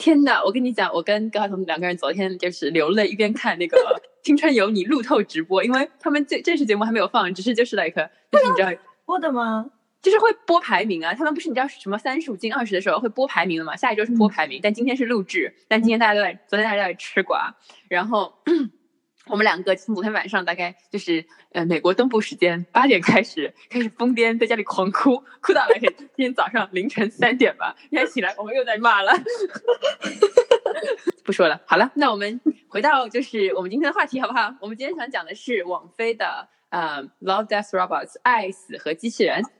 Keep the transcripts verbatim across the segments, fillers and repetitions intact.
天哪，我跟你讲，我跟高晓彤两个人昨天就是流泪一边看那个青春有你路透直播，因为他们这正式节目还没有放，只是就是 like 就是你知道播的吗？ 就是会播排名啊，他们不是你知道什么三十五进二十的时候会播排名的嘛？下一周是播排名，嗯、但今天是录制，但今天大家都在，昨天大家都在吃瓜，然后我们两个从昨天晚上大概就是呃美国东部时间八点开始开始疯癫，在家里狂哭，哭到了今天早上凌晨三点吧，现在起来我们又在骂了，不说了，好了，那我们回到就是我们今天的话题好不好？我们今天想讲的是网飞的呃 Love Death Robots 爱死和机器人。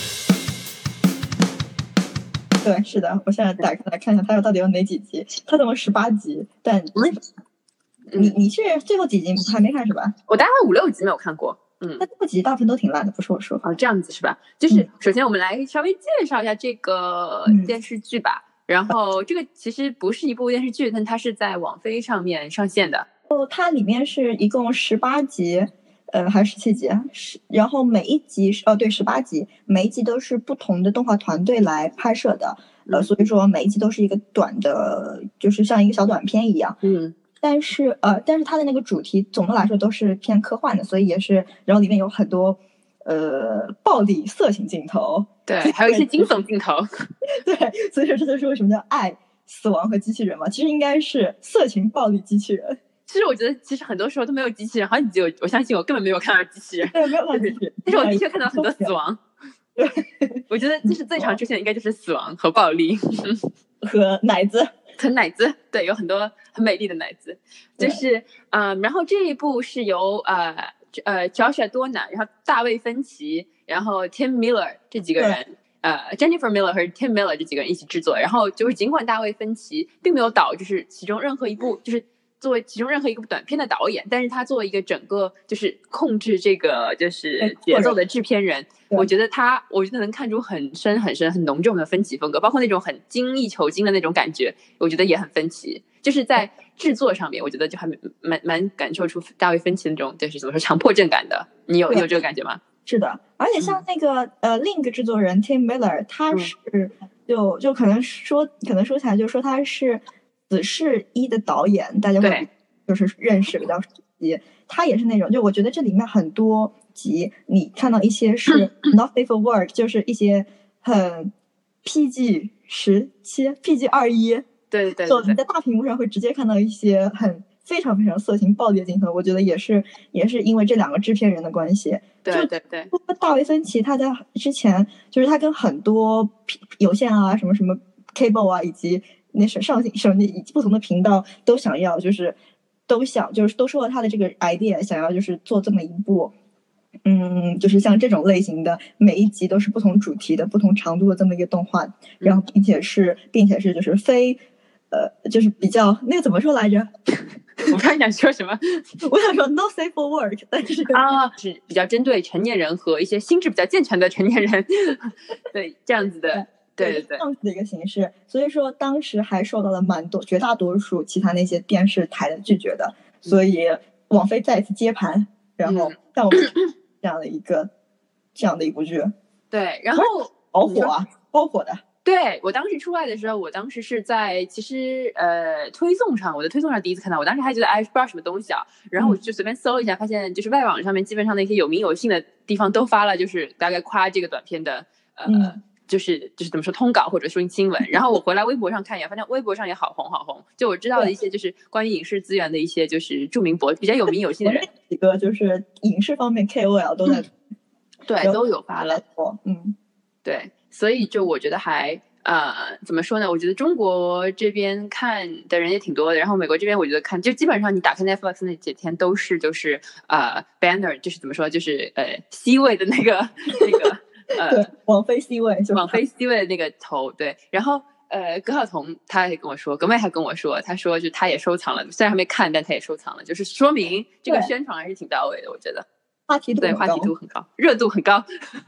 对，是的，我现在打开来看一下它到底有哪几集，它总共十八集，但你你是最后几集还没看是吧？ 我大概五六集没有看过，嗯， 那最后几集大部分都挺烂的，不是我说哦，这样子是吧？就是首先我们来稍微介绍一下这个电视剧吧，嗯、然后这个其实不是一部电视剧，但它是在网飞上面上线的。 哦，它里面是一共十八集。呃，还是十七集，是，然后每一集是哦，对，十八集，每一集都是不同的动画团队来拍摄的，呃，所以说每一集都是一个短的，就是像一个小短片一样， 嗯， 但是呃，但是它的那个主题总的来说都是偏科幻的，所以也是，然后里面有很多呃暴力、色情镜头， 对，还有一些惊悚镜头， 对，所以说这就是为什么叫爱、死亡和机器人嘛，其实应该是色情、暴力、机器人。 其实我觉得，其实很多时候都没有机器人，好像只有我相信我根本没有看到机器人， 对，没有看到机器人， 但是我的确看到很多死亡。 对， 我觉得这是最常出现的，应该就是死亡和暴力和奶子， 和奶子，对，有很多很美丽的奶子，就是嗯、呃，然后这一部是由呃呃 Joshua 多南，然后大卫芬奇，然后 Tim Miller 这几个人。呃 ，Jennifer Miller 和 Tim Miller 这几个人一起制作，然后就是尽管大卫芬奇并没有导，就是其中任何一部，就是作为其中任何一个短片的导演，但是他作为一个整个就是控制这个就是节奏的制片人，我觉得他，我觉得能看出很深很深很浓重的芬奇风格，包括那种很精益求精的那种感觉，我觉得也很芬奇。就是在制作上面，我觉得就还蛮蛮感受出大卫芬奇那种就是怎么说强迫症感的。你有你有这个感觉吗？ 是的，而且像那个、嗯、呃另一个制作人 Tim Miller， 他是、嗯、就就可能说可能说起来就说他是死侍一的导演，大家会就是认识比较熟悉。他也是那种，就我觉得这里面很多集你看到一些是 not safe for work， 就是一些很 P G 十七 P G 二十一， 对对对， 就你在大屏幕上会直接看到一些很非常非常色情暴力的镜头，我觉得也是也是因为这两个制片人的关系。 对对对， 大卫芬奇他在之前就是他跟很多有线啊什么什么 cable 啊以及那是上什么不同的频道都想要就是都想就是都说了他的这个 idea， 想要就是做这么一部嗯就是像这种类型的每一集都是不同主题的不同长度的这么一个动画，然后并且是并且是就是非呃就是比较那个怎么说来着我刚想说什么我想说 not safe for work， 但是啊是比较针对成年人和一些心智比较健全的成年人对这样子的对对对这样子的一个形式，所以说当时还受到了蛮多绝大多数其他那些电视台的拒绝的，所以网飞再一次接盘，然后让我们这样的一个、嗯、这样的一部剧， 对，然后好火啊，爆火的。 对，我当时出来的时候，我当时是在其实呃推送上，我的推送上第一次看到，我当时还觉得哎不知道什么东西啊，然后我就随便搜了一下，发现就是外网上面基本上那些有名有姓的地方都发了，就是大概夸这个短片的呃、嗯、就是就是怎么说通稿或者说新闻，然后我回来微博上看一眼，发现微博上也好红好红，就我知道的一些就是关于影视资源的一些就是著名博比较有名有姓的人， 几个就是影视方面 K O L 都在、嗯、 对都有发了， 嗯对。所以就我觉得还呃怎么说呢？我觉得中国这边看的人也挺多的，然后美国这边我觉得看就基本上你打开 Netflix 那几天都是就是呃 banner 就是怎么说就是呃 C 位的那个那个呃网飞 C 位网飞 C 位的那个头对，然后呃葛晓彤他也跟我说，葛妹还跟我说，他说就他也收藏了，虽然还没看，但他也收藏了，就是说明这个宣传还是挺到位的，我觉得话题度对话题度很高，热度很高。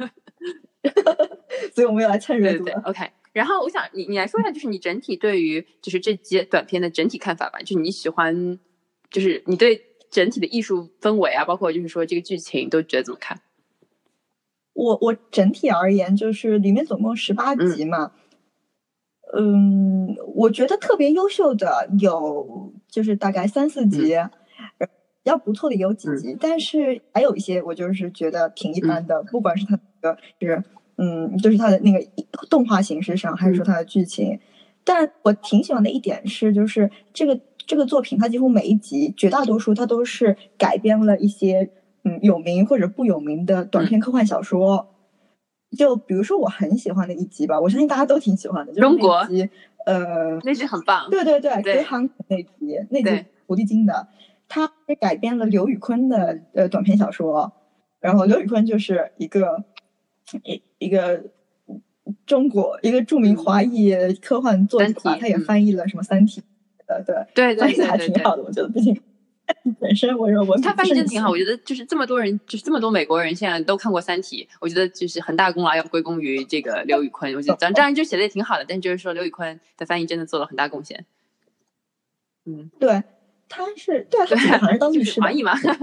所以我们要来蹭热度了。 对对对 OK， 然后我想你你来说一下，就是你整体对于就是这集短片的整体看法吧，就是你喜欢，就是你对整体的艺术氛围啊，包括就是说这个剧情都觉得怎么看？ 我我整体而言，就是里面总共十八集嘛， 嗯，我觉得特别优秀的有就是大概三四集， 嗯、 比较不错的也有几集，嗯、但是还有一些我就是觉得挺一般的，嗯、不管是它的是嗯，就是它的那个动画形式上，还是说它的剧情。嗯、但我挺喜欢的一点是，就是这个这个作品，它几乎每一集绝大多数它都是改编了一些嗯有名或者不有名的短篇科幻小说。嗯就比如说我很喜欢的一集吧，我相信大家都挺喜欢的，就是那集，呃， 那集很棒， 对对对， 对隔行那集，那集狐狸精的，它是改编了刘宇昆的呃短篇小说，然后刘宇昆就是一个一一个中国一个著名华裔科幻作者吧，他也翻译了什么《三体》的， 对， 翻译的还挺好的，我觉得，毕竟。本身我认为他翻译真的挺好，我觉得就是这么多人，就是这么多美国人现在都看过《三体》，我觉得就是很大功劳要归功于这个刘宇昆。我觉得当然就写的也挺好的，但就是说刘宇昆的翻译真的做了很大贡献。嗯， 对，他是对啊，他好像是当律师的， 华裔嘛。 对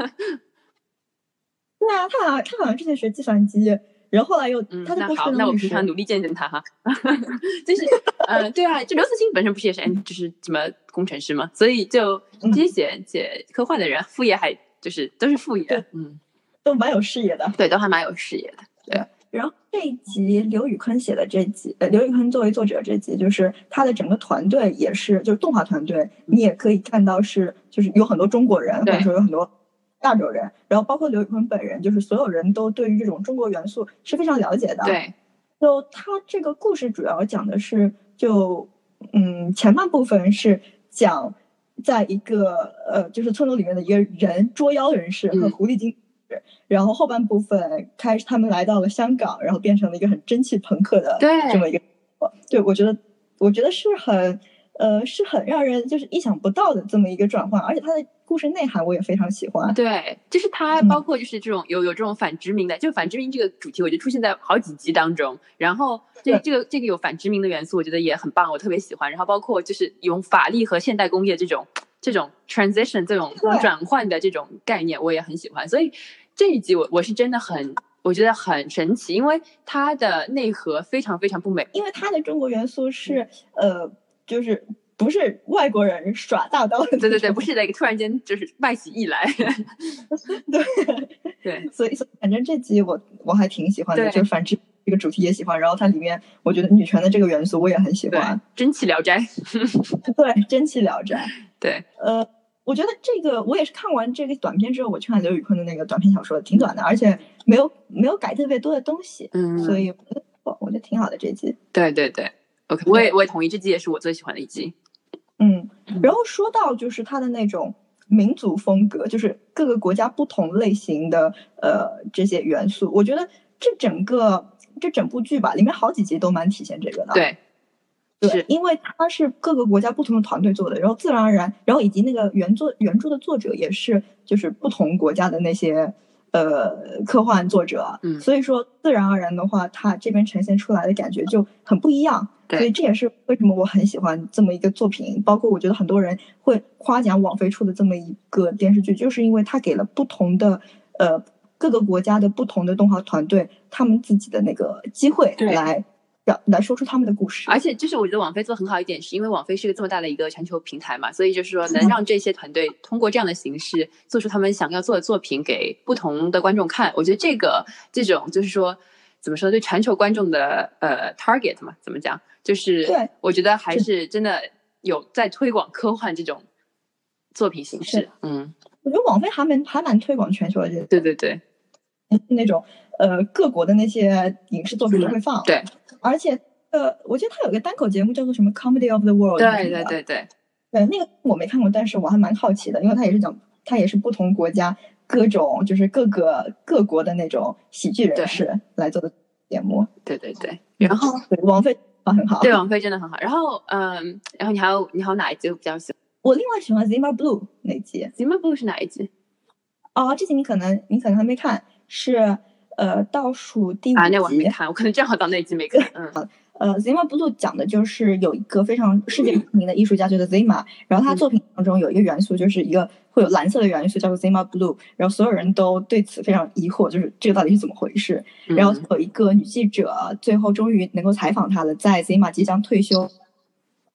啊，他好像他好像之前学计算机。然后后来又， 嗯， 他那好，那我平常努力见证他哈。就是，呃，对啊，就刘慈欣本身不是也是就是什么工程师嘛，所以就这些写写科幻的人，副业还就是都是副业，嗯， 都蛮有视野的， 对，都还蛮有视野的，对。 然后这一集刘宇昆写的这集，呃，刘宇昆作为作者这集，就是他的整个团队也是，就是动画团队，你也可以看到是，就是有很多中国人，或者说有很多。亚洲人，然后包括刘宇昆本人，就是所有人都对于这种中国元素是非常了解的。 对， 就他这个故事主要讲的是，就嗯，前半部分是讲在一个呃，就是村落里面的一个人捉妖人士和狐狸精，嗯、然后后半部分开始他们来到了香港，然后变成了一个很蒸汽朋克的这么一个，对，我觉得我觉得是很。呃，是很让人就是意想不到的这么一个转换，而且它的故事内涵我也非常喜欢。 对，就是它包括就是这种、嗯、有有这种反殖民的，就反殖民这个主题，我觉得出现在好几集当中。然后这这个这个有反殖民的元素，我觉得也很棒，我特别喜欢。然后包括就是用法律和现代工业这种这种 transition 这种转换的这种概念，我也很喜欢。所以这一集我我是真的很。我觉得很神奇，因为它的内核非常非常不美， 因为它的中国元素是呃。就是不是外国人耍大刀的， 对对对，不是那个突然间就是外起意来， 对对， 所以所以反正这集我我还挺喜欢的，就是反正这个主题也喜欢，然后它里面我觉得女权的这个元素我也很喜欢， 真气聊斋， 对，真气聊斋， 对， 呃，我觉得这个我也是看完这个短片之后，我去看刘宇昆的那个短篇小说，挺短的，而且没有没有改特别多的东西， 嗯， 所以我我觉得挺好的这集， 对对对。OK， 我也我也同意，这集也是我最喜欢的一集。 嗯，然后说到就是它的那种民族风格，就是各个国家不同类型的呃这些元素，我觉得这整个这整部剧吧，里面好几集都蛮体现这个的。 对， 对，因为它是各个国家不同的团队做的，然后自然而然，然后以及那个原作原著的作者也是就是不同国家的那些。呃，科幻作者， 嗯， 所以说自然而然的话，它这边呈现出来的感觉就很不一样。 对， 所以这也是为什么我很喜欢这么一个作品。包括我觉得很多人会夸奖网飞出的这么一个电视剧，就是因为它给了不同的呃各个国家的不同的动画团队他们自己的那个机会来。来说出他们的故事， 而且就是我觉得网飞做很好一点，是因为网飞是一个这么大的一个全球平台嘛，所以就是说能让这些团队通过这样的形式做出他们想要做的作品给不同的观众看。我觉得这个这种就是说怎么说，对全球观众的呃 target 嘛，怎么讲，就是我觉得还是真的有在推广科幻这种作品形式。嗯， 我觉得网飞还蛮还蛮推广全球的这个， 对对对， 那种呃各国的那些影视作品都会放， 嗯、对。 而且，呃，我记得他有个单口节目叫做什么 Comedy of the World， 对对对对， 对，那个我没看过，但是我还蛮好奇的，因为他也是讲，他也是不同国家各种就是各个各国的那种喜剧人士来做的节目。 对对对，然后对王菲啊很好， 对王菲真的很好。然后嗯，然后你还有你还有哪一集比较喜欢？ 我另外喜欢 Zima Blue 那集。 Zima Blue 是哪一集？ 哦，这集你可能你可能还没看，是呃倒数第五集啊，那我还没看，我可能正好到那集没看。嗯。 呃 ，Zima Blue 讲的就是有一个非常世界知名的艺术家，叫做 Zima，然后他作品当中有一个元素，就是一个会有蓝色的元素，叫做 Zima Blue， 然后所有人都对此非常疑惑，就是这个到底是怎么回事？然后有一个女记者最后终于能够采访他了，在 Zima 即将退休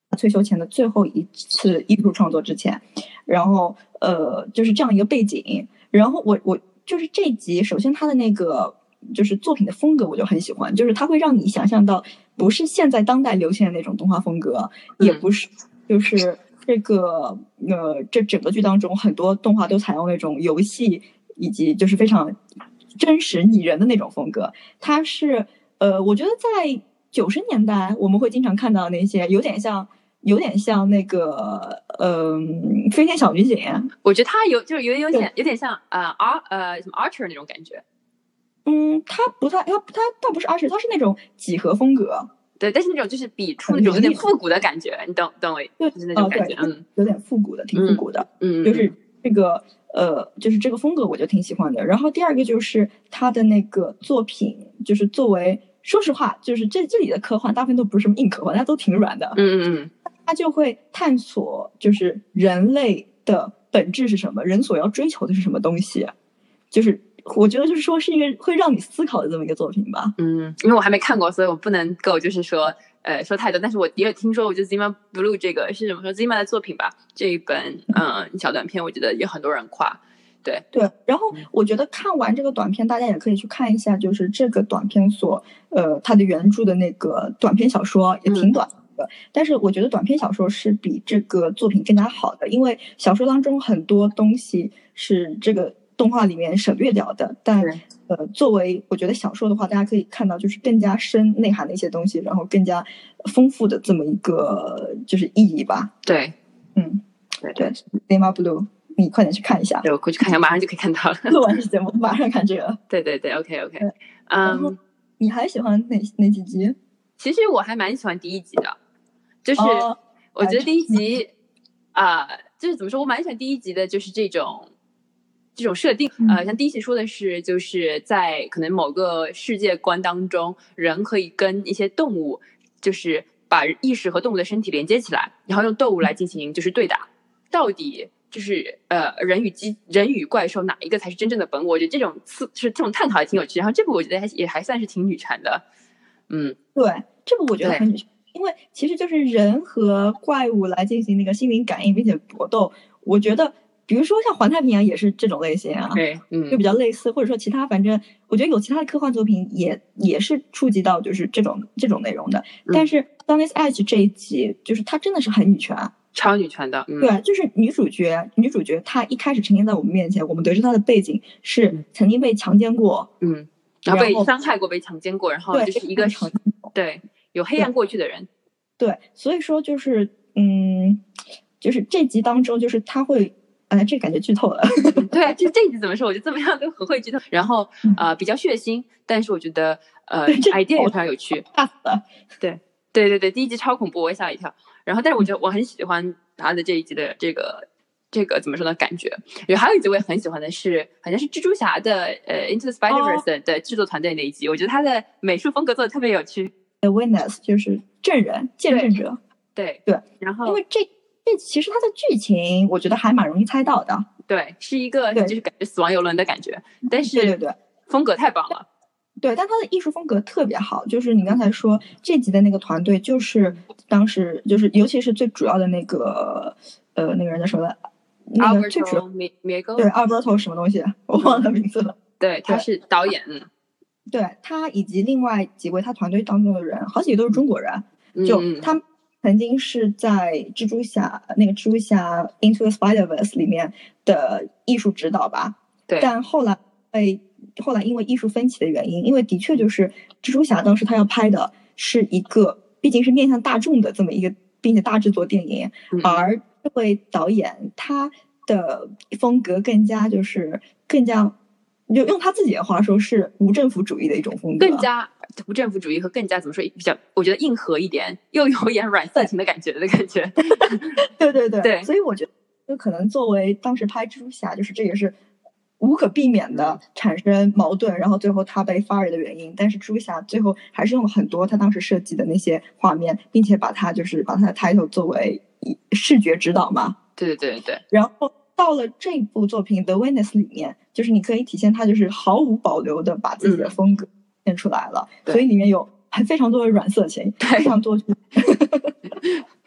退休前的最后一次艺术创作之前，然后呃就是这样一个背景。然后我我就是这一集，首先他的那个就是作品的风格我就很喜欢，就是它会让你想象到不是现在当代流行的那种动画风格， 嗯、 也不是就是这个呃这整个剧当中很多动画都采用那种游戏以及就是非常真实拟人的那种风格。它是呃我觉得在九十年代我们会经常看到那些有点像有点像那个嗯、呃、飞天小女警， 我觉得它有就是有有点有点像呃 R 呃什么 Archer 那种感觉。 嗯，它不太，它它倒不是 Archer，它是那种几何风格。 对，但是那种就是笔触那种有点复古的感觉，你懂懂我？ 对， 就是那种感觉， 哦、嗯，有点复古的，挺复古的。 嗯， 就是这个呃，就是这个风格我就挺喜欢的。然后第二个就是他的那个作品，就是作为说实话，就是这这里的科幻大部分都不是什么硬科幻，大家都挺软的。 嗯嗯嗯， 他就会探索，就是人类的本质是什么，人所要追求的是什么东西，就是。我觉得就是说是一个会让你思考的这么一个作品吧。 嗯，因为我还没看过，所以我不能够就是说呃说太多。但是我也听说，我觉得 Zima Blue 这个是怎么说 Zima 的作品吧，这一本嗯小短片，我觉得有很多人夸。对对，然后我觉得看完这个短片，大家也可以去看一下，就是这个短片所呃它的原著的那个短篇小说也挺短的、嗯，但是我觉得短篇小说是比这个作品更加好的，因为小说当中很多东西是这个动画里面省略掉的，但呃，作为我觉得小说的话，大家可以看到就是更加深内涵的一些东西，然后更加丰富的这么一个就是意义吧。 对， 嗯， 对对 Zima Blue， 你快点去看一下。 对，我过去看一下，马上就可以看到了。 录完这节目马上看这个。 对对对 ，OK OK。 嗯，um, 你还喜欢哪哪几集？ 其实我还蛮喜欢第一集的，就是我觉得第一集啊、呃，就是怎么说，我蛮喜欢第一集的，就是这种。这种设定，呃，像第一集说的是，就是在可能某个世界观当中，人可以跟一些动物，就是把意识和动物的身体连接起来，然后用动物来进行就是对打，到底就是呃人与机人与怪兽哪一个才是真正的本我？我觉得这种是这种探讨也挺有趣。然后这部我觉得还也还算是挺女权的，嗯， 对，这部我觉得很女权，因为其实就是人和怪物来进行那个心灵感应并且搏斗，我觉得。比如说像环太平洋也是这种类型啊， 对，嗯， 就比较类似，或者说其他，反正我觉得有其他的科幻作品也也是触及到就是这种这种内容的。嗯、但是《Sunny's Edge》这一集，就是它真的是很女权， 超女权的，嗯、 对，就是女主角，女主角她一开始呈现在我们面前，我们得知她的背景是曾经被强奸过， 嗯，然后被伤害过，被强奸过，然后就是一个对有黑暗过去的人， 对，对所以说就是嗯，就是这集当中，就是她会。哎，这感觉剧透了。 对，就这一集怎么说，我觉得怎么样都很会剧透。然后呃，比较血腥，但是我觉得呃 idea 也非常有趣。对对对对，第一集超恐怖，我也吓一跳。然后，但是我觉得我很喜欢他的这一集的这个这个怎么说呢？感觉。然后还有一集我也很喜欢的是，好像是蜘蛛侠的呃 Into the Spider-Verse 的, 的制作团队那一集，我觉得他的美术风格做的特别有趣。 The Witness 就是证人、见证者。 对对, 对，然后因为这。这其实它的剧情，我觉得还蛮容易猜到的。 对，是一个就是感觉死亡游轮的感觉，但是对对对， 风格太棒了。 对，但它的艺术风格特别好。就是你刚才说这集的那个团队，就是当时就是尤其是最主要的那个呃那个人叫什么来？那个最主要对 Alberto 什么东西，我忘了名字了。 对，他是导演。 对他以及另外几位他团队当中的人，好几个都是中国人， 嗯、 就他们。曾经是在蜘蛛侠那个蜘蛛侠 Into the Spider-Verse 里面的艺术指导吧， 对。 但后来被后来因为艺术分歧的原因，因为的确就是蜘蛛侠当时他要拍的是一个毕竟是面向大众的这么一个并且大制作电影， 嗯、 而这位导演他的风格更加就是更加。就用他自己的话说，是无政府主义的一种风格， 更加无政府主义和更加怎么说比较，我觉得硬核一点，又有点软色情的感觉的感觉。 对对对对， 所以我觉得，就可能作为当时拍蜘蛛侠，就是这也是无可避免的产生矛盾，然后最后他被 fire 的原因。但是蜘蛛侠最后还是用了很多他当时设计的那些画面，并且把他就是把他的 title 作为视觉指导嘛。 对对对对， 然后。到了这部作品《The Witness》里面，就是你可以体现他就是毫无保留的把自己的风格现出来了， 嗯、 所以里面有还非常多的软色情，非常多。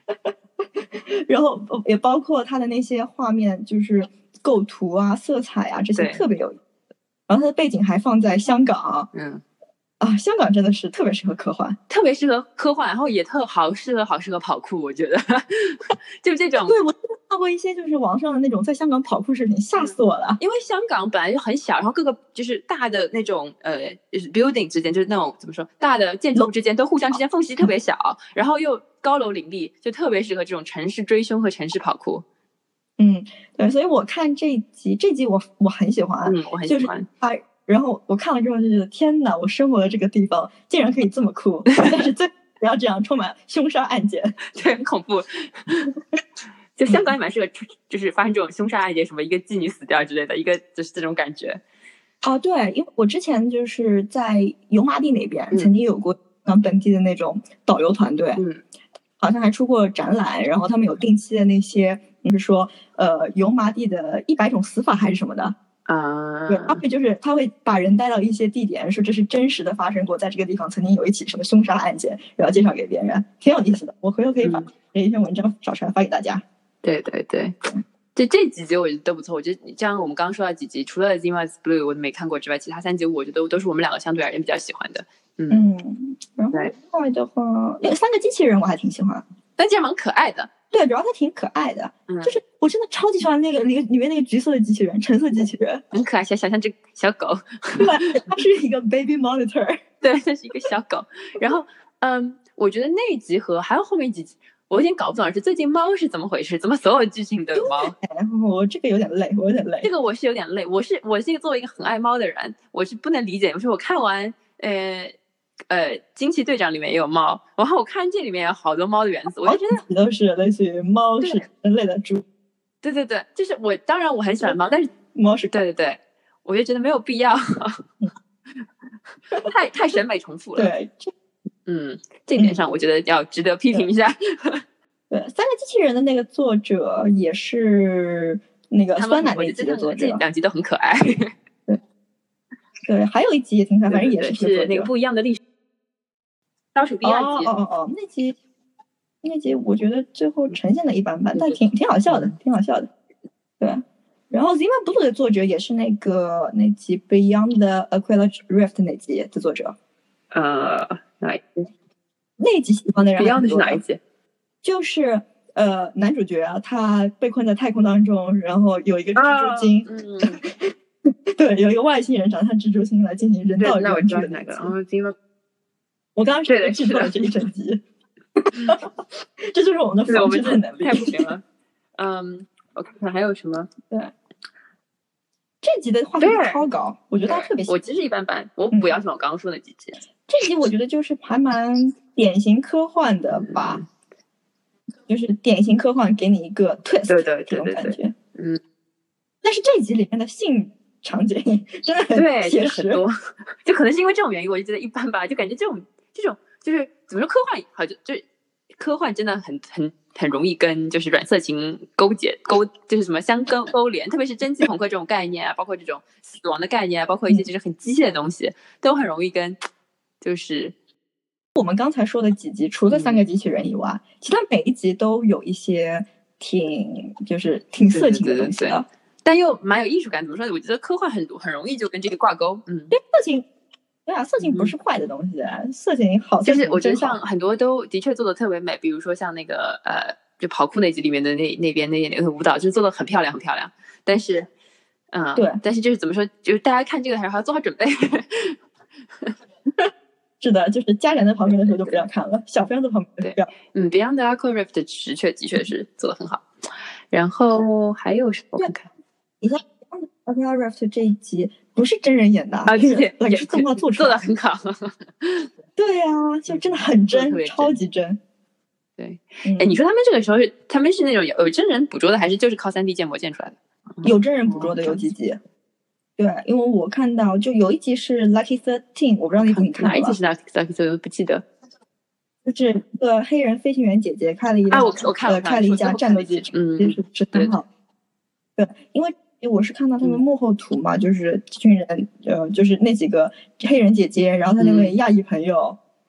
然后也包括它的那些画面，就是构图啊、色彩啊这些特别有意思。然后它的背景还放在香港， 嗯。 啊，香港真的是特别适合科幻， 特别适合科幻，然后也特好适合好适合跑酷，我觉得就这种。 对，我看过一些就是网上的那种在香港跑酷视频，吓死我了。 因为香港本来就很小，然后各个就是大的那种呃 building 之间，就是那种怎么说，大的建筑物之间都互相之间缝隙特别小，然后又高楼林立，就特别适合这种城市追凶和城市跑酷。 嗯，对，所以我看这一集，这集我我很喜欢， 嗯，我很喜欢。 就是然后我看了之后就觉得天哪，我生活的这个地方竟然可以这么酷，但是最不要这样充满凶杀案件， 对，很恐怖。就香港也蛮适合，就是发生这种凶杀案件，什么一个妓女死掉之类的，一个就是这种感觉。 哦，对，因为我之前就是在油麻地那边、嗯、曾经有过香港本地的那种导游团队， 嗯， 好像还出过展览，然后他们有定期的那些，就是说呃油麻地的一百种死法还是什么的。 啊， 对，他会就是他会把人带到一些地点，说这是真实的发生过，在这个地方曾经有一起什么凶杀案件，然后介绍给别人，挺有意思的。我回头可以把这一篇文章找出来发给大家。 对对对，这这几集我觉得都不错。我觉得像我们刚刚说到几集，除了《Zima is Blue》我没看过之外，其他三集我觉得都是我们两个相对而言比较喜欢的。嗯， 嗯，然后另外的话，那个三个机器人我还挺喜欢， 但这蛮可爱的。 对，主要它挺可爱的、嗯，就是我真的超级喜欢那个里里面那个橘色的机器人，橙色机器人， 很可爱，想想象这小狗， 对，它是一个 baby monitor， 对，它是一个小狗。然后，嗯，我觉得那一集和还有后面几集，我有点搞不懂是最近猫是怎么回事，怎么所有剧情都有猫？ 我这个有点累，我有点累。 这个我是有点累，我是我是一个作为一个很爱猫的人，我是不能理解。我说我看完，呃。呃，惊奇队长里面也有猫，然后我看这里面有好多猫的元素，我就觉得都是类似于猫是人类的猪。 对对对，就是我当然我很喜欢猫，但是猫是对对对，我就觉得没有必要，太太审美重复了。 对， 嗯，这点上我觉得要值得批评一下。 对，三个机器人的那个作者也是那个酸奶那集的作者， 这两集都很可爱。 对对，还有一集也挺可爱，反正也是是那个不一样的历史。倒数第二集， 哦哦哦，那集那集我觉得最后呈现的一般般，但挺挺好笑的，挺好笑的。对，然后 Zima Blue 的作者也是那个那集 Beyond the Aquila Rift 那集的作者。 呃，哪一集？ 那集喜欢的人 Beyond 是哪一集？ 就是呃，男主角啊，他被困在太空当中，然后有一个蜘蛛精， 哦嗯、对，有一个外星人长得像蜘蛛精来进行人道援助的那个。哦 ，Zima。 我刚刚是制作了这一整集，这就是我们的仿制的能力， 太不行了。嗯，我看看还有什么？ 对，这集的画质超高，我觉得大家特别喜欢。 我其实一般般，我不要求我刚刚说那几集。 嗯、这集我觉得就是还蛮典型科幻的吧，嗯、就是典型科幻给你一个 twist， 对对对对对， 这种感觉。 嗯， 但是这集里面的性场景真的很对， 写实， 很多，就可能是因为这种原因，我就觉得一般吧，就感觉这种。这种就是怎么说，科幻好就就科幻真的很很很容易跟就是软色情勾结勾就是什么相勾勾连，特别是蒸汽朋克这种概念啊，包括这种死亡的概念啊，包括一些就是很机械的东西，都很容易跟就是我们刚才说的几集，除了三个机器人以外，嗯、其他每一集都有一些挺就是挺色情的东西的， 对对对对，但又蛮有艺术感。怎么说？我觉得科幻很很容易就跟这个挂钩，嗯， 对，色情。对啊，色情不是坏的东西，嗯、色情好， 就是我觉得像很多都的确做的特别美，比如说像那个呃，就跑酷那集里面的那那边那那个舞蹈，就是做的很漂亮，很漂亮。但是，嗯， 对， 但是就是怎么说，就是大家看这个还是要做好准备。 是的，就是家人在旁边的时候就不要看了，小朋友在旁边不要。 嗯 ，Beyond the Aquila Rift 的的确的确是做的很好。然后还有什么？我看看， 你像 Aquila Rift 这一集。不是真人演的啊，对对， 也是动画做出来，做的很好。 对呀、啊，就真的很真， 真超级真。 对，哎、嗯，你说他们这个时候是他们是那种有有真人捕捉的，还是就是靠三 D 建模建出来的？ 有真人捕捉的，有几集。对，因为我看到就有一集是 Lucky Thirteen， 我不知道你你看哪一集是 Lucky Thirteen， 我不记得。 就是一个黑人飞行员姐姐开了一啊，我我看了、 呃、开了一家战斗机场， 嗯， 是是很好。对，因为。我是看到他们幕后图嘛，嗯、就是这群人，呃，就是那几个黑人姐姐，然后他那位亚裔朋友，嗯、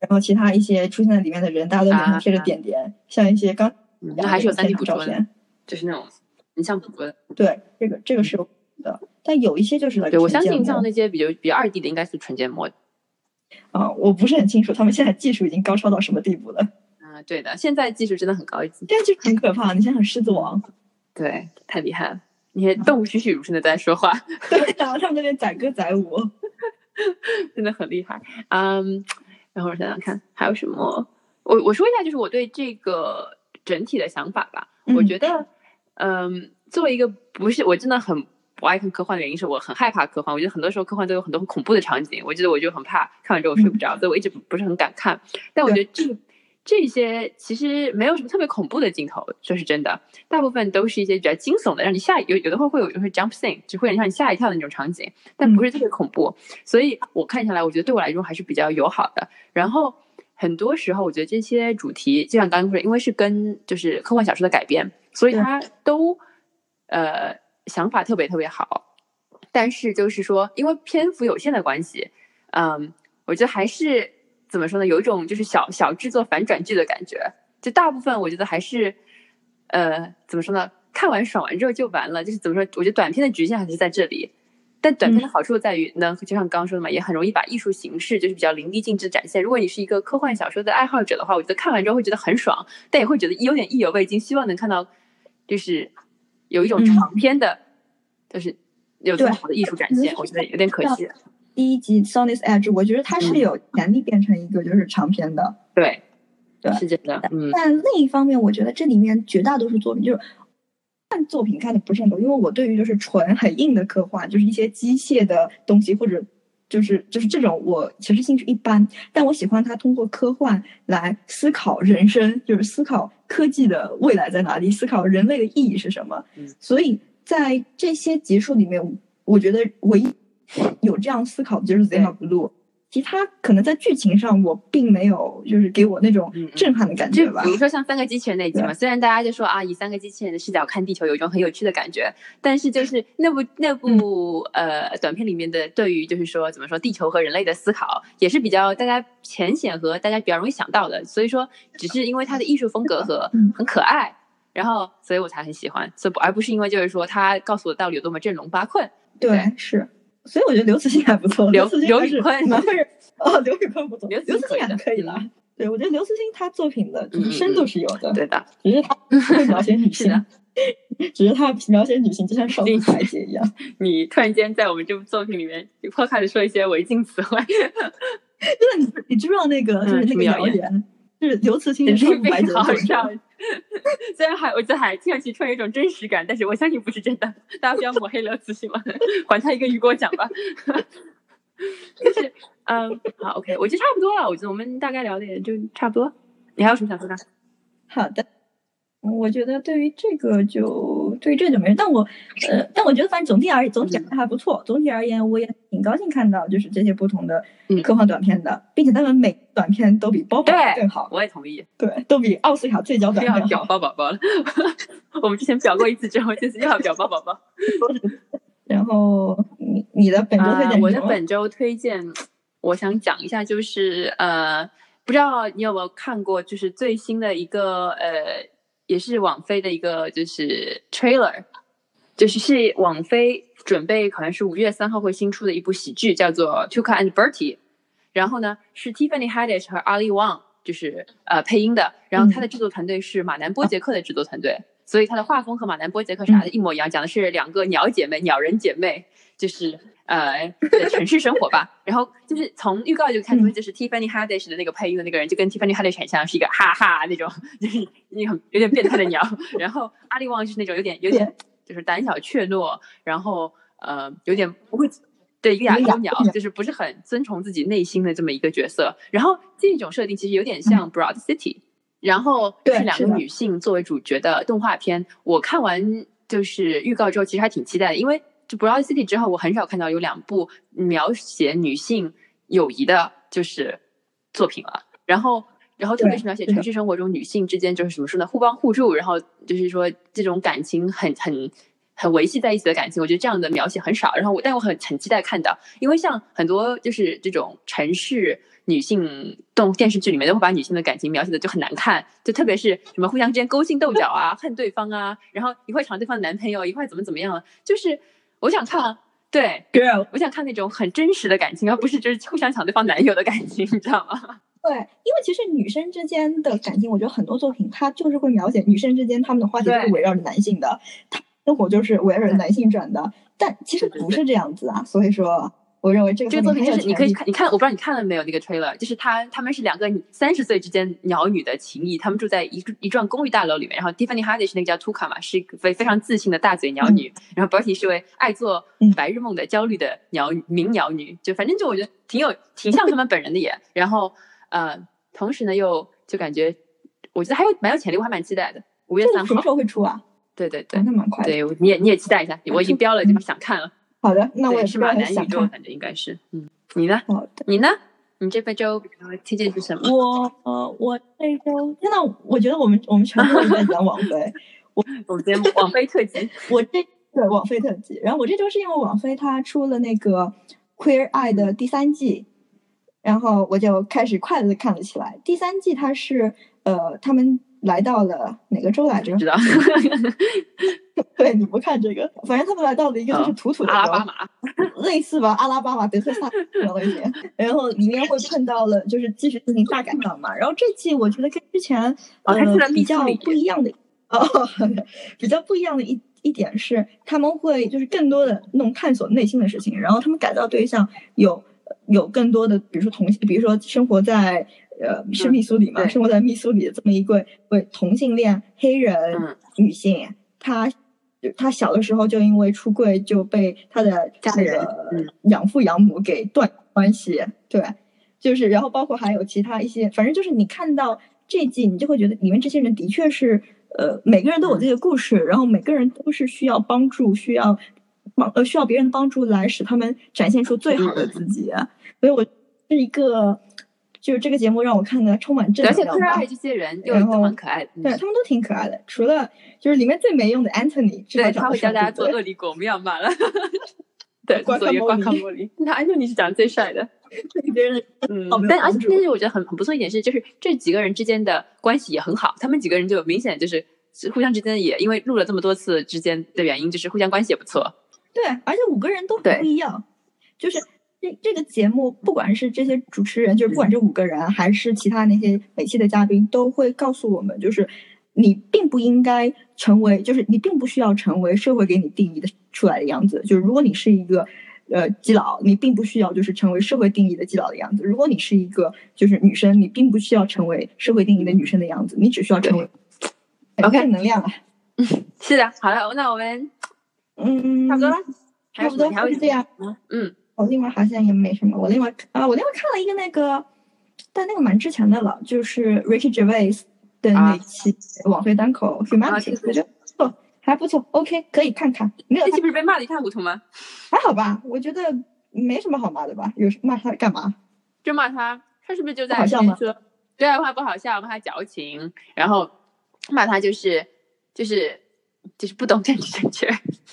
然后其他一些出现在里面的人，大家都脸上贴着点点，啊、像一些刚、 嗯、那还是有三 D 捕捉的，就是那种人像捕捉的。 对，这个这个是有的，但有一些就是对，我相信像那些比较比较二 D 的，应该是纯建模的。 啊，我不是很清楚他们现在技术已经高超到什么地步了。 啊，对的，现在技术真的很高级， 但就很可怕。你想想《狮子王》， 对，太厉害了，那些动物栩栩如生的在说话， 对，然后他们那边载歌载舞， 真的很厉害。嗯，然后我想想看还有什么，我我说一下，就是我对这个整体的想法吧。 嗯、 我觉得，嗯，作为一个不是我真的很不爱看科幻的原因是我很害怕科幻，我觉得很多时候科幻都有很多很恐怖的场景，我记得我就很怕看完之后我睡不着、嗯、所以我一直不是很敢看。但我觉得这这些其实没有什么特别恐怖的镜头，这是真的，大部分都是一些比较惊悚的，让你吓有有的会会有有会 jump scene， 只会让你吓一跳的那种场景，但不是特别恐怖、嗯、所以我看下来我觉得对我来说还是比较友好的。然后很多时候我觉得这些主题就像刚刚说，因为是跟就是科幻小说的改编，所以它都呃想法特别特别好，但是就是说因为篇幅有限的关系，嗯，我觉得还是怎么说呢，有一种就是小小制作反转剧的感觉，就大部分我觉得还是呃怎么说呢，看完爽完之后就完了，就是怎么说，我觉得短片的局限还是在这里，但短片的好处在于呢、嗯、就像刚刚说的嘛，也很容易把艺术形式就是比较淋漓尽致展现。如果你是一个科幻小说的爱好者的话，我觉得看完之后会觉得很爽，但也会觉得有点意犹未尽，希望能看到就是有一种长篇的、嗯、就是有这么好的艺术展现，我觉得有点可惜。 第一集 Sonic Edge 我觉得它是有潜力变成一个就是长篇的、嗯、 对对， 是真的。嗯， 但另一方面我觉得这里面绝大多数作品就是看作品看的不是很多，因为我对于就是纯很硬的科幻，就是一些机械的东西或者就是就是这种我其实兴趣一般，但我喜欢它通过科幻来思考人生，就是思考科技的未来在哪里，思考人类的意义是什么、嗯、所以在这些集数里面我觉得唯一有这样思考的就是 Zima Blue， 其他可能在剧情上我并没有就是给我那种震撼的感觉吧。 就比如说像三个机器人那一集嘛，虽然大家就说啊，以三个机器人的视角看地球有一种很有趣的感觉，但是就是那部那部、嗯、呃短片里面的对于就是说怎么说地球和人类的思考也是比较大家浅显和大家比较容易想到的，所以说只是因为它的艺术风格和很可爱、嗯、然后所以我才很喜欢，所以而不是因为就是说他告诉我的道理有多么振聋发聩。 对，对是。所以我觉得刘慈欣还不错， 刘慈欣刘宇坤蛮会哦，刘宇坤不错， 刘刘慈欣还可以啦。对，我觉得刘慈欣他作品的就是深度是有的， 嗯、对的， 只是他不会描写女性，只是他描写女性就像少妇排解一样。 你突然间在我们这部作品里面破开始说一些违禁词汇， 真的，你你知不知道那个就是那个谣言？嗯就是刘慈欣的少妇排解好笑，虽然还我觉得还听上去突然有一种真实感，但是我相信不是真的，大家不要抹黑刘慈欣了，还他一个雨果奖吧。就是嗯，好 ，OK， 我觉得差不多了，我觉得我们大概聊的也就差不多。你还有什么想说的？ 好的。我觉得对于这个就对于这个就没人，但我呃，但我觉得反正总体而言，总体而言还不错。总体而言，我也挺高兴看到就是这些不同的科幻短片的，嗯、并且他们每短片都比包宝宝更好。 我也同意， 对，都比奥斯卡最佳短片好。 要表包宝宝了，我们之前表过一次之后，这次又要表包宝宝。 然后你你的本周推荐、呃？ 我的本周推荐，我想讲一下，就是呃，不知道你有没有看过，就是最新的一个呃。也是网飞的一个就是 trailer， 就是是网飞准备好像是五月三号会新出的一部喜剧，叫做 Tuca and Bertie， 然后呢是 Tiffany Haddish 和 Ali Wong 就是呃配音的，然后他的制作团队是马南波杰克的制作团队、嗯、所以他的画风和马南波杰克啥的一模一样、嗯、讲的是两个鸟姐妹鸟人姐妹就是呃的城市生活吧。然后就是从预告就看出就是 Tiffany Haddish 的那个配音的那个人就跟 Tiffany Haddish 很像，是一个哈哈那种就是那种有点变态的鸟，然后阿里旺是那种有点有点就是胆小怯懦，然后呃有点不会对一个亚洲鸟，就是不是很遵从自己内心的这么一个角色。然后这种设定其实有点像 Broad City，、嗯、然后是两个女性作为主角的动画片。我看完就是预告之后其实还挺期待的，因为就 Broad City 之后我很少看到有两部描写女性友谊的就是作品了，然后然后特别是描写城市生活中女性之间就是什么说呢，互帮互助，然后就是说这种感情很很很维系在一起的感情，我觉得这样的描写很少。然后我，但我很很期待看到，因为像很多就是这种城市女性动电视剧里面都会把女性的感情描写的就很难看，就特别是什么互相之间勾心斗角啊，恨对方啊，然后一会抢对方的男朋友，一会怎么怎么样了，就是我想看。对 ，girl， 我想看那种很真实的感情，而不是就是互相抢对方男友的感情，你知道吗？ 对，因为其实女生之间的感情，我觉得很多作品它就是会描写女生之间她们的话题都是围绕着男性的，她生活就是围绕着男性转的，但其实不是这样子啊。所以说，我认为这个这个作品就是你可以看，你看，我不知道你看了没有那个 trailer， 就是他他们是两个三十岁之间鸟女的情谊，他们住在一一幢公寓大楼里面，然后 Tiffany Haddish 那个叫 Tuka 嘛，是一个非非常自信的大嘴鸟女，嗯、然后 Bertie 是位爱做白日梦的焦虑的鸟鸣鸟女，就反正就我觉得挺有挺像他们本人的也，然后呃，同时呢又就感觉我觉得还有蛮有潜力，我还蛮期待的。五月三号什么时候会出啊？ 对对对， 哦、那蛮快的。 对，你也你也期待一下，我已经标了，就想看了。 好的，那我也是马男宇宙，反正应该是。嗯，你呢？ 好的， 你呢？你这周推荐是什么？ 我呃，我这周天呐，我觉得我们我们全部都在讲网飞。我我们今天网飞特辑， 我这对网飞特辑。然后我这周是因为网飞它出了那个 Queer Eye 的第三季，然后我就开始快乐的看了起来。第三季它是呃，他们来到了哪个州来着？ 知道。 对，你不看这个，反正他们来到了一个就是土土的州， 阿拉巴马， 类似吧，阿拉巴马、德克萨斯那些，然后里面会碰到了就是继续进行大改造嘛。然后这季我觉得跟之前呃、哦、 比较不一样的哦，比较不一样的一一点是，他们会就是更多的那种探索内心的事情，然后他们改造对象有有更多的，比如说同性，比如说生活在呃是密苏里嘛， 嗯、 生活在密苏里的这么一个为同性恋黑人女性， 嗯、 她。他小的时候就因为出柜就被他的家人养父养母给断关系，对，就是然后包括还有其他一些，反正就是你看到这季你就会觉得里面这些人的确是呃每个人都有自己的故事，然后每个人都是需要帮助，需要帮呃需要别人的帮助来使他们展现出最好的自己，嗯、所以我是一个。就是这个节目让我看的充满正能量， 而且可爱这些人又都很可爱的， 对他们都挺可爱的。除了就是里面最没用的 Anthony， 对，他会教大家做恶力果，我们要骂了。对，做一个瓜卡莫里。那 Anthony 是长得最帅的， 别人嗯，但而且但是我觉得很很不错一点是，就是这几个人之间的关系也很好，他们几个人就明显就是互相之间也因为录了这么多次之间的原因，就是互相关系也不错。 对，而且五个人都很不一样，就是这这个节目，不管是这些主持人，就是不管这五个人，还是其他那些每期的嘉宾，都会告诉我们，就是你并不应该成为，就是你并不需要成为社会给你定义的出来的样子。就是如果你是一个呃基佬，你并不需要就是成为社会定义的基佬的样子；如果你是一个就是女生，你并不需要成为社会定义的女生的样子，你只需要成为 OK 正能量啊。 嗯，是的，好了，那我们嗯差不多了， 差不多就是这样。 嗯。 我另外好像也没什么，我另外啊，我另外看了一个那个，但那个蛮之前的了，就是 Ricky Gervais 的那期网飞单口 Humanity，、啊、我觉得不错，还不错 ，OK， 可以看看。没有， 这期不是被骂的一塌糊涂吗？ 还好吧，我觉得没什么好骂的吧？有骂他干嘛？ 就骂他，他是不是就在好笑吗？ 对啊，骂不好笑，骂他矫情，然后骂他就是就是就是不懂政治正确。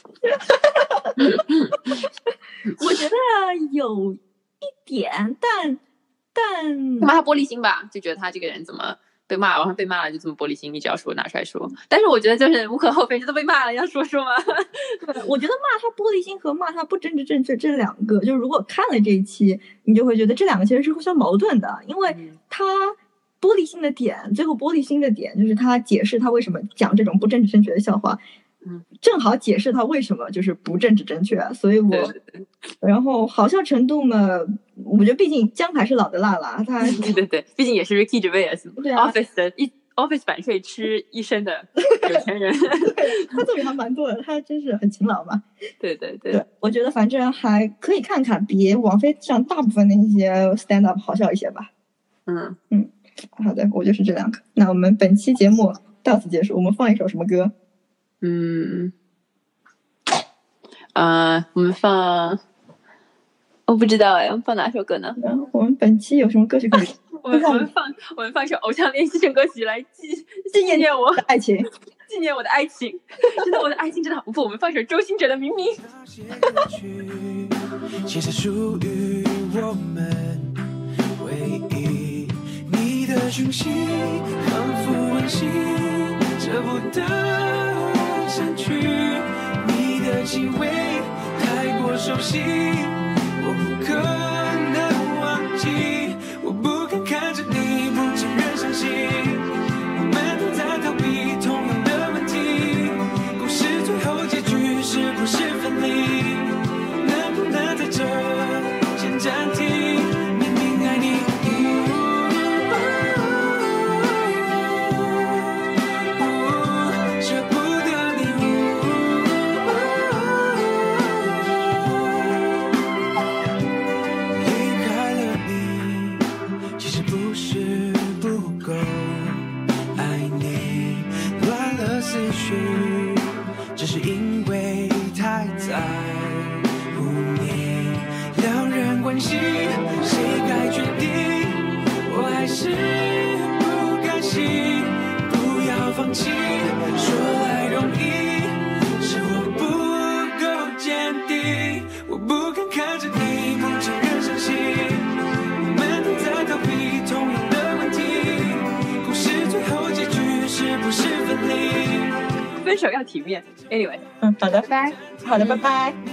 我觉得有一点，但但骂他玻璃心吧，就觉得他这个人怎么被骂，然后被骂了就这么玻璃心，你只要说拿出来说。但是我觉得就是无可厚非，这都被骂了，要说说吗？ 我觉得骂他玻璃心和骂他不政治正确这两个，就是如果看了这一期，你就会觉得这两个其实是互相矛盾的，因为他玻璃心的点，最后玻璃心的点就是他解释他为什么讲这种不政治正确的笑话。嗯，正好解释他为什么就是不政治正确，所以我， 对对对， 然后好笑程度嘛，我觉得毕竟姜还是老的辣啦，他对对对，毕竟也是 Ricky Gervais 对、啊、 Office 的一 Office 版税吃一生的有钱人， 对，他作品还蛮多的，他真是很勤劳嘛。 对对 对, 对，我觉得反正还可以看看，比网飞上大部分那些 stand up 好笑一些吧。 嗯嗯，好的，我就是这两个。那我们本期节目到此结束，我们放一首什么歌？ 嗯，呃，我们放，我不知道哎，我们放哪首歌呢？ 我们本期有什么歌曲可以？ 我们我们放我们放首《偶像练习生歌曲》来纪纪念我的爱情， 纪念我的爱情，真的我的爱情真的好不。我们放首周兴哲的《明明》。 其实属于我们回忆，你的讯息仿佛温馨，舍不得删去，你的气味太过熟悉，我不可能忘记，我不敢看着你不承认伤心，我们都在逃避同样的问题，故事最后结局是不是分离，能不能在这先暂停，明明爱你，舍不得你，离开了你，其实不是不够爱你，乱了思绪，只是因为太在乎你，两人关系谁该决定，我还是不甘心，不要放弃，说来容易，是我不够坚定，我不敢看着你不承认伤心，我们都在逃避同样的问题，故事最后结局是不是分离， 分手要体面。Anyway， 嗯，好的， 拜拜。 好的，拜拜。